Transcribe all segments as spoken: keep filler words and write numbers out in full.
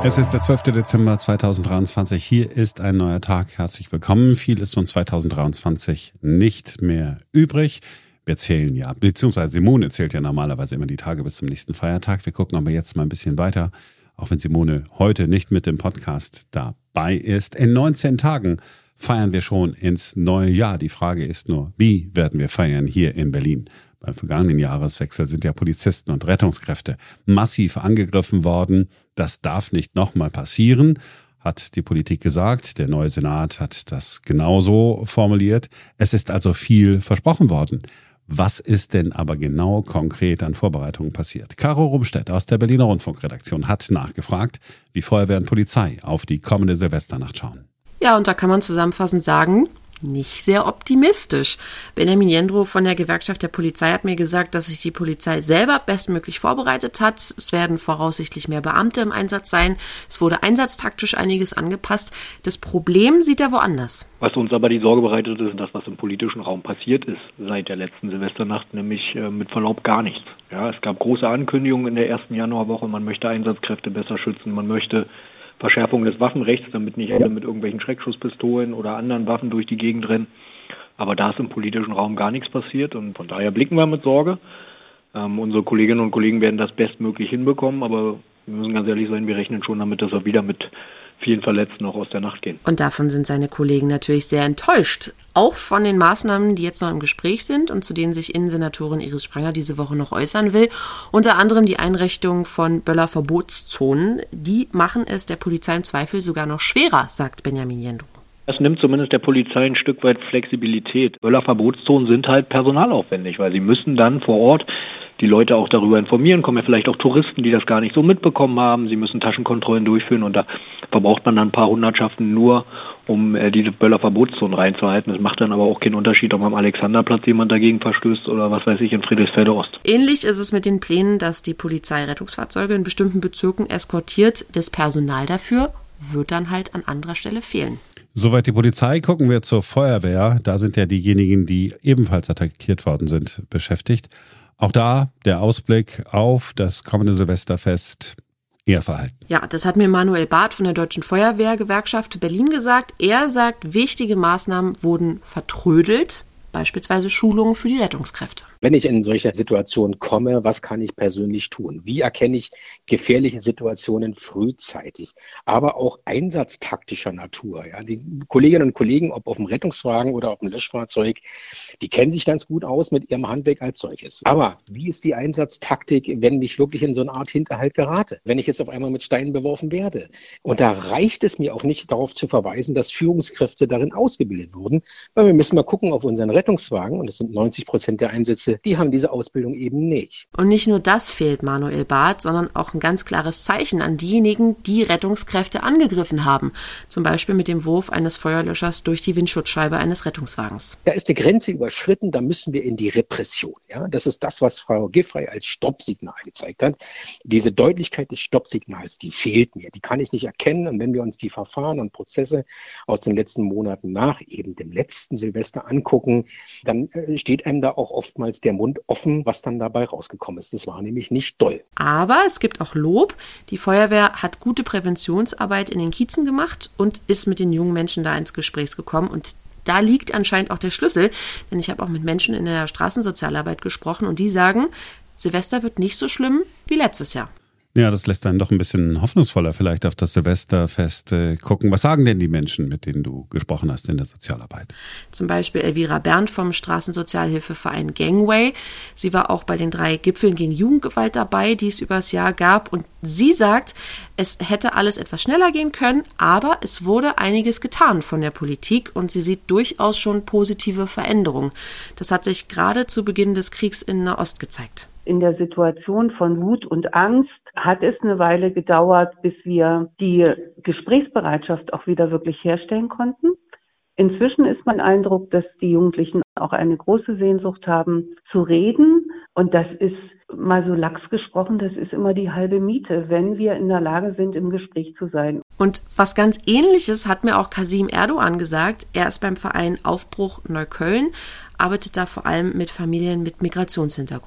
Es ist der zwölfte Dezember zweitausenddreiundzwanzig. Hier ist ein neuer Tag. Herzlich willkommen. Viel ist von zweitausenddreiundzwanzig nicht mehr übrig. Wir zählen ja, beziehungsweise Simone zählt ja normalerweise immer die Tage bis zum nächsten Feiertag. Wir gucken aber jetzt mal ein bisschen weiter, auch wenn Simone heute nicht mit dem Podcast dabei ist. In neunzehn Tagen feiern wir schon ins neue Jahr. Die Frage ist nur, wie werden wir feiern hier in Berlin? Beim vergangenen Jahreswechsel sind ja Polizisten und Rettungskräfte massiv angegriffen worden. Das darf nicht nochmal passieren, hat die Politik gesagt. Der neue Senat hat das genauso formuliert. Es ist also viel versprochen worden. Was ist denn aber genau konkret an Vorbereitungen passiert? Caro Rumstedt aus der Berliner Rundfunkredaktion hat nachgefragt, wie Feuerwehr und Polizei auf die kommende Silvesternacht schauen. Ja, und da kann man zusammenfassend sagen, nicht sehr optimistisch. Benjamin Jendrow von der Gewerkschaft der Polizei hat mir gesagt, dass sich die Polizei selber bestmöglich vorbereitet hat. Es werden voraussichtlich mehr Beamte im Einsatz sein. Es wurde einsatztaktisch einiges angepasst. Das Problem sieht er woanders. Was uns aber die Sorge bereitet, ist das, was im politischen Raum passiert ist seit der letzten Silvesternacht, nämlich äh, mit Verlaub gar nichts. Ja, es gab große Ankündigungen in der ersten Januarwoche. Man möchte Einsatzkräfte besser schützen. Man möchte Verschärfung des Waffenrechts, damit nicht alle mit irgendwelchen Schreckschusspistolen oder anderen Waffen durch die Gegend rennen. Aber da ist im politischen Raum gar nichts passiert und von daher blicken wir mit Sorge. Ähm, unsere Kolleginnen und Kollegen werden das bestmöglich hinbekommen, aber wir müssen ganz ehrlich sein, wir rechnen schon damit, dass wir wieder mit vielen Verletzten auch aus der Nacht gehen. Und davon sind seine Kollegen natürlich sehr enttäuscht. Auch von den Maßnahmen, die jetzt noch im Gespräch sind und zu denen sich Innensenatorin Iris Spranger diese Woche noch äußern will. Unter anderem die Einrichtung von Böller-Verbotszonen. Die machen es der Polizei im Zweifel sogar noch schwerer, sagt Benjamin Jendrow. Das nimmt zumindest der Polizei ein Stück weit Flexibilität. Böller-Verbotszonen sind halt personalaufwendig, weil sie müssen dann vor Ort die Leute auch darüber informieren, kommen ja vielleicht auch Touristen, die das gar nicht so mitbekommen haben. Sie müssen Taschenkontrollen durchführen und da verbraucht man dann ein paar Hundertschaften nur, um äh, diese Böller-Verbotszonen reinzuhalten. Es macht dann aber auch keinen Unterschied, ob am Alexanderplatz jemand dagegen verstößt oder was weiß ich, in Friedrichsfelde Ost. Ähnlich ist es mit den Plänen, dass die Polizei Rettungsfahrzeuge in bestimmten Bezirken eskortiert. Das Personal dafür wird dann halt an anderer Stelle fehlen. Soweit die Polizei. Gucken wir zur Feuerwehr. Da sind ja diejenigen, die ebenfalls attackiert worden sind, beschäftigt. Auch da der Ausblick auf das kommende Silvesterfest eher verhalten. Ja, das hat mir Manuel Barth von der Deutschen Feuerwehrgewerkschaft Berlin gesagt. Er sagt, wichtige Maßnahmen wurden vertrödelt, beispielsweise Schulungen für die Rettungskräfte. Wenn ich in solche Situationen komme, was kann ich persönlich tun? Wie erkenne ich gefährliche Situationen frühzeitig, aber auch einsatztaktischer Natur? Ja, die Kolleginnen und Kollegen, ob auf dem Rettungswagen oder auf dem Löschfahrzeug, die kennen sich ganz gut aus mit ihrem Handwerk als solches. Aber wie ist die Einsatztaktik, wenn ich wirklich in so eine Art Hinterhalt gerate? Wenn ich jetzt auf einmal mit Steinen beworfen werde? Und da reicht es mir auch nicht, darauf zu verweisen, dass Führungskräfte darin ausgebildet wurden, weil wir müssen mal gucken auf unseren Rettungswagen, und das sind neunzig Prozent der Einsätze, die haben diese Ausbildung eben nicht. Und nicht nur das fehlt Manuel Barth, sondern auch ein ganz klares Zeichen an diejenigen, die Rettungskräfte angegriffen haben. Zum Beispiel mit dem Wurf eines Feuerlöschers durch die Windschutzscheibe eines Rettungswagens. Da ist die Grenze überschritten, da müssen wir in die Repression. Ja, das ist das, was Frau Giffey als Stoppsignal gezeigt hat. Diese Deutlichkeit des Stoppsignals, die fehlt mir. Die kann ich nicht erkennen. Und wenn wir uns die Verfahren und Prozesse aus den letzten Monaten nach eben dem letzten Silvester angucken, dann steht einem da auch oftmals der Mund offen, was dann dabei rausgekommen ist. Das war nämlich nicht doll. Aber es gibt auch Lob. Die Feuerwehr hat gute Präventionsarbeit in den Kiezen gemacht und ist mit den jungen Menschen da ins Gespräch gekommen. Und da liegt anscheinend auch der Schlüssel, denn ich habe auch mit Menschen in der Straßensozialarbeit gesprochen und die sagen, Silvester wird nicht so schlimm wie letztes Jahr. Ja, das lässt einen doch ein bisschen hoffnungsvoller vielleicht auf das Silvesterfest äh, gucken. Was sagen denn die Menschen, mit denen du gesprochen hast in der Sozialarbeit? Zum Beispiel Elvira Berndt vom Straßensozialhilfeverein Gangway. Sie war auch bei den drei Gipfeln gegen Jugendgewalt dabei, die es übers Jahr gab. Und sie sagt, es hätte alles etwas schneller gehen können, aber es wurde einiges getan von der Politik und sie sieht durchaus schon positive Veränderungen. Das hat sich gerade zu Beginn des Kriegs in Nahost gezeigt. In der Situation von Wut und Angst hat es eine Weile gedauert, bis wir die Gesprächsbereitschaft auch wieder wirklich herstellen konnten. Inzwischen ist mein Eindruck, dass die Jugendlichen auch eine große Sehnsucht haben, zu reden. Und das ist, mal so lax gesprochen, das ist immer die halbe Miete, wenn wir in der Lage sind, im Gespräch zu sein. Und was ganz Ähnliches hat mir auch Kasim Erdogan gesagt. Er ist beim Verein Aufbruch Neukölln, arbeitet da vor allem mit Familien mit Migrationshintergrund.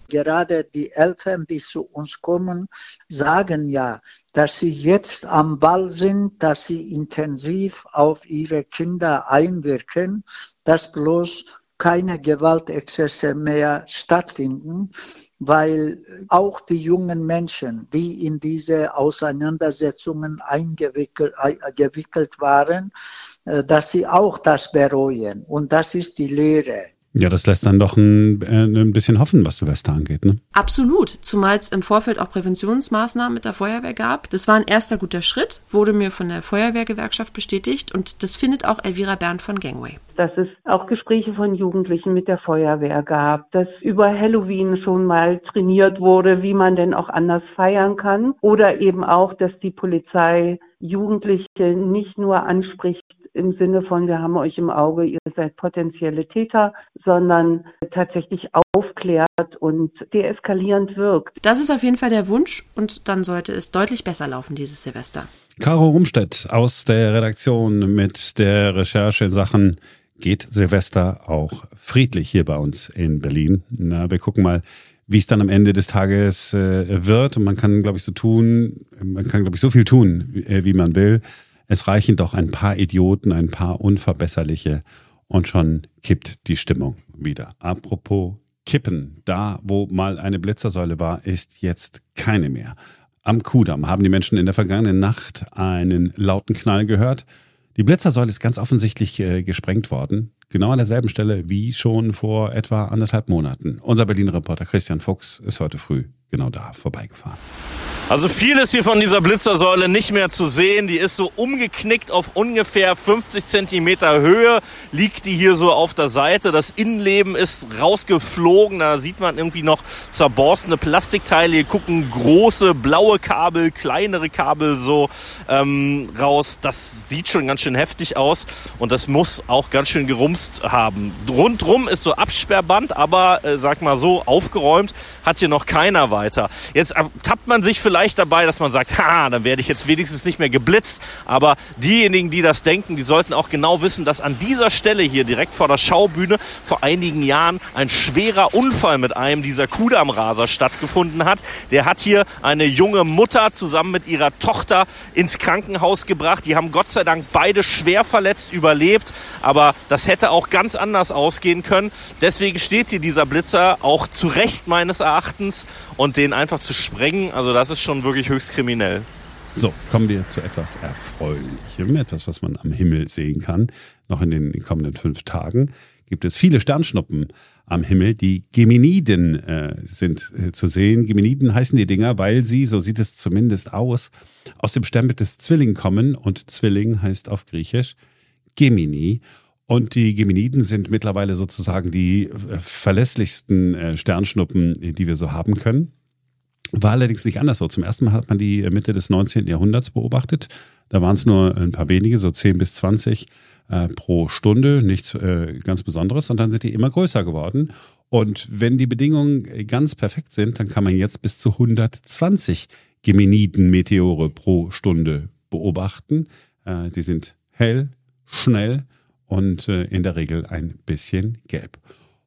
Gerade die Eltern, die zu uns kommen, sagen ja, dass sie jetzt am Ball sind, dass sie intensiv auf ihre Kinder einwirken, dass bloß keine Gewaltexzesse mehr stattfinden, weil auch die jungen Menschen, die in diese Auseinandersetzungen eingewickelt eingewickelt waren, dass sie auch das bereuen. Und das ist die Lehre. Ja, das lässt dann doch ein, ein bisschen hoffen, was Silvester angeht, ne? Absolut, zumal es im Vorfeld auch Präventionsmaßnahmen mit der Feuerwehr gab. Das war ein erster guter Schritt, wurde mir von der Feuerwehrgewerkschaft bestätigt und das findet auch Elvira Berndt von Gangway. Dass es auch Gespräche von Jugendlichen mit der Feuerwehr gab, dass über Halloween schon mal trainiert wurde, wie man denn auch anders feiern kann oder eben auch, dass die Polizei Jugendliche nicht nur anspricht im Sinne von, wir haben euch im Auge, ihr seid potenzielle Täter, sondern tatsächlich aufklärt und deeskalierend wirkt. Das ist auf jeden Fall der Wunsch und dann sollte es deutlich besser laufen dieses Silvester. Caro Rumstedt aus der Redaktion mit der Recherche in Sachen geht Silvester auch friedlich hier bei uns in Berlin. Na, wir gucken mal, wie es dann am Ende des Tages äh, wird. Und man kann, glaube ich, so tun, man kann, glaube ich, so viel tun, wie, äh, wie man will. Es reichen doch ein paar Idioten, ein paar Unverbesserliche und schon kippt die Stimmung wieder. Apropos kippen, da wo mal eine Blitzersäule war, ist jetzt keine mehr. Am Kudamm haben die Menschen in der vergangenen Nacht einen lauten Knall gehört. Die Blitzersäule ist ganz offensichtlich äh, gesprengt worden. Genau an derselben Stelle wie schon vor etwa anderthalb Monaten. Unser Berlin-Reporter Christian Fuchs ist heute früh genau da vorbeigefahren. Also viel ist hier von dieser Blitzersäule nicht mehr zu sehen. Die ist so umgeknickt auf ungefähr fünfzig Zentimeter Höhe, liegt die hier so auf der Seite. Das Innenleben ist rausgeflogen. Da sieht man irgendwie noch zerborstene Plastikteile. Hier gucken große blaue Kabel, kleinere Kabel so ähm, raus. Das sieht schon ganz schön heftig aus und das muss auch ganz schön gerumst haben. Rundrum ist so Absperrband, aber äh, sag mal so, aufgeräumt hat hier noch keiner weiter. Jetzt tappt man sich vielleicht dabei, dass man sagt, ha, dann werde ich jetzt wenigstens nicht mehr geblitzt. Aber diejenigen, die das denken, die sollten auch genau wissen, dass an dieser Stelle hier direkt vor der Schaubühne vor einigen Jahren ein schwerer Unfall mit einem dieser Kudamm-Raser stattgefunden hat. Der hat hier eine junge Mutter zusammen mit ihrer Tochter ins Krankenhaus gebracht. Die haben Gott sei Dank beide schwer verletzt überlebt. Aber das hätte auch ganz anders ausgehen können. Deswegen steht hier dieser Blitzer auch zu Recht meines Erachtens. Und den einfach zu sprengen, also das ist schon wirklich höchst kriminell. So, kommen wir zu etwas Erfreulichem, etwas, was man am Himmel sehen kann. Noch in den kommenden fünf Tagen gibt es viele Sternschnuppen am Himmel. Die Geminiden äh, sind äh, zu sehen. Geminiden heißen die Dinger, weil sie, so sieht es zumindest aus, aus dem Sternbild des Zwilling kommen. Und Zwilling heißt auf Griechisch Gemini. Und die Geminiden sind mittlerweile sozusagen die äh, verlässlichsten äh, Sternschnuppen, die wir so haben können. War allerdings nicht anders so. Zum ersten Mal hat man die Mitte des neunzehnten Jahrhunderts beobachtet. Da waren es nur ein paar wenige, so zehn bis zwanzig äh, pro Stunde, nichts äh, ganz Besonderes. Und dann sind die immer größer geworden. Und wenn die Bedingungen ganz perfekt sind, dann kann man jetzt bis zu hundertzwanzig Geminiden-Meteore pro Stunde beobachten. Äh, die sind hell, schnell und äh, in der Regel ein bisschen gelb.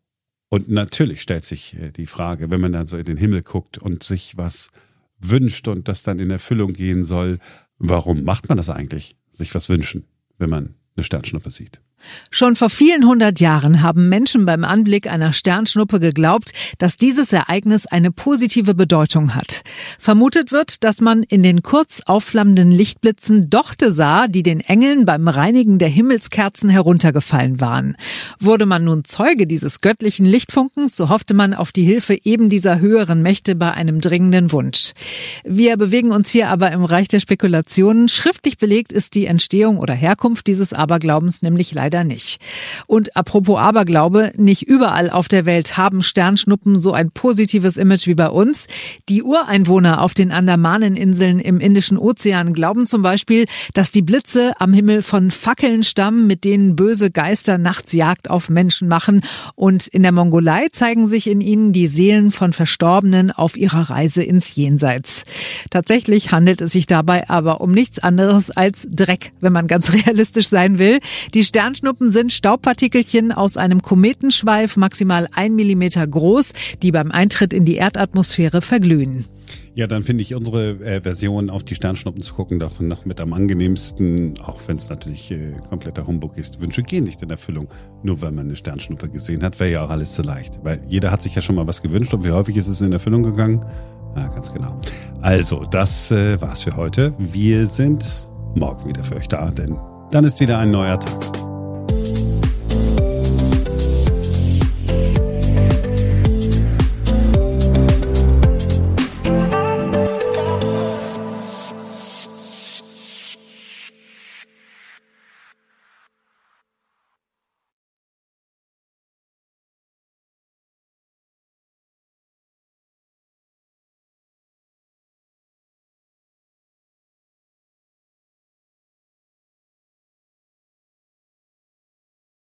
Und natürlich stellt sich die Frage, wenn man dann so in den Himmel guckt und sich was wünscht und das dann in Erfüllung gehen soll, warum macht man das eigentlich, sich was wünschen, wenn man eine Sternschnuppe sieht? Schon vor vielen hundert Jahren haben Menschen beim Anblick einer Sternschnuppe geglaubt, dass dieses Ereignis eine positive Bedeutung hat. Vermutet wird, dass man in den kurz aufflammenden Lichtblitzen Dochte sah, die den Engeln beim Reinigen der Himmelskerzen heruntergefallen waren. Wurde man nun Zeuge dieses göttlichen Lichtfunkens, so hoffte man auf die Hilfe eben dieser höheren Mächte bei einem dringenden Wunsch. Wir bewegen uns hier aber im Reich der Spekulationen. Schriftlich belegt ist die Entstehung oder Herkunft dieses Aberglaubens nämlich leider nicht. Und apropos Aberglaube, nicht überall auf der Welt haben Sternschnuppen so ein positives Image wie bei uns. Die Ureinwohner Einwohner auf den Andamaneninseln im Indischen Ozean glauben zum Beispiel, dass die Blitze am Himmel von Fackeln stammen, mit denen böse Geister nachts Jagd auf Menschen machen. Und in der Mongolei zeigen sich in ihnen die Seelen von Verstorbenen auf ihrer Reise ins Jenseits. Tatsächlich handelt es sich dabei aber um nichts anderes als Dreck, wenn man ganz realistisch sein will. Die Sternschnuppen sind Staubpartikelchen aus einem Kometenschweif, maximal ein Millimeter groß, die beim Eintritt in die Erdatmosphäre verglühen. Ja, dann finde ich unsere äh, Version auf die Sternschnuppen zu gucken doch noch mit am angenehmsten, auch wenn es natürlich äh, kompletter Humbug ist. Wünsche gehen nicht in Erfüllung, nur weil man eine Sternschnuppe gesehen hat, wäre ja auch alles zu leicht. Weil jeder hat sich ja schon mal was gewünscht und wie häufig ist es in Erfüllung gegangen? Ja, ganz genau. Also, das äh, war's für heute. Wir sind morgen wieder für euch da, denn dann ist wieder ein neuer Tag.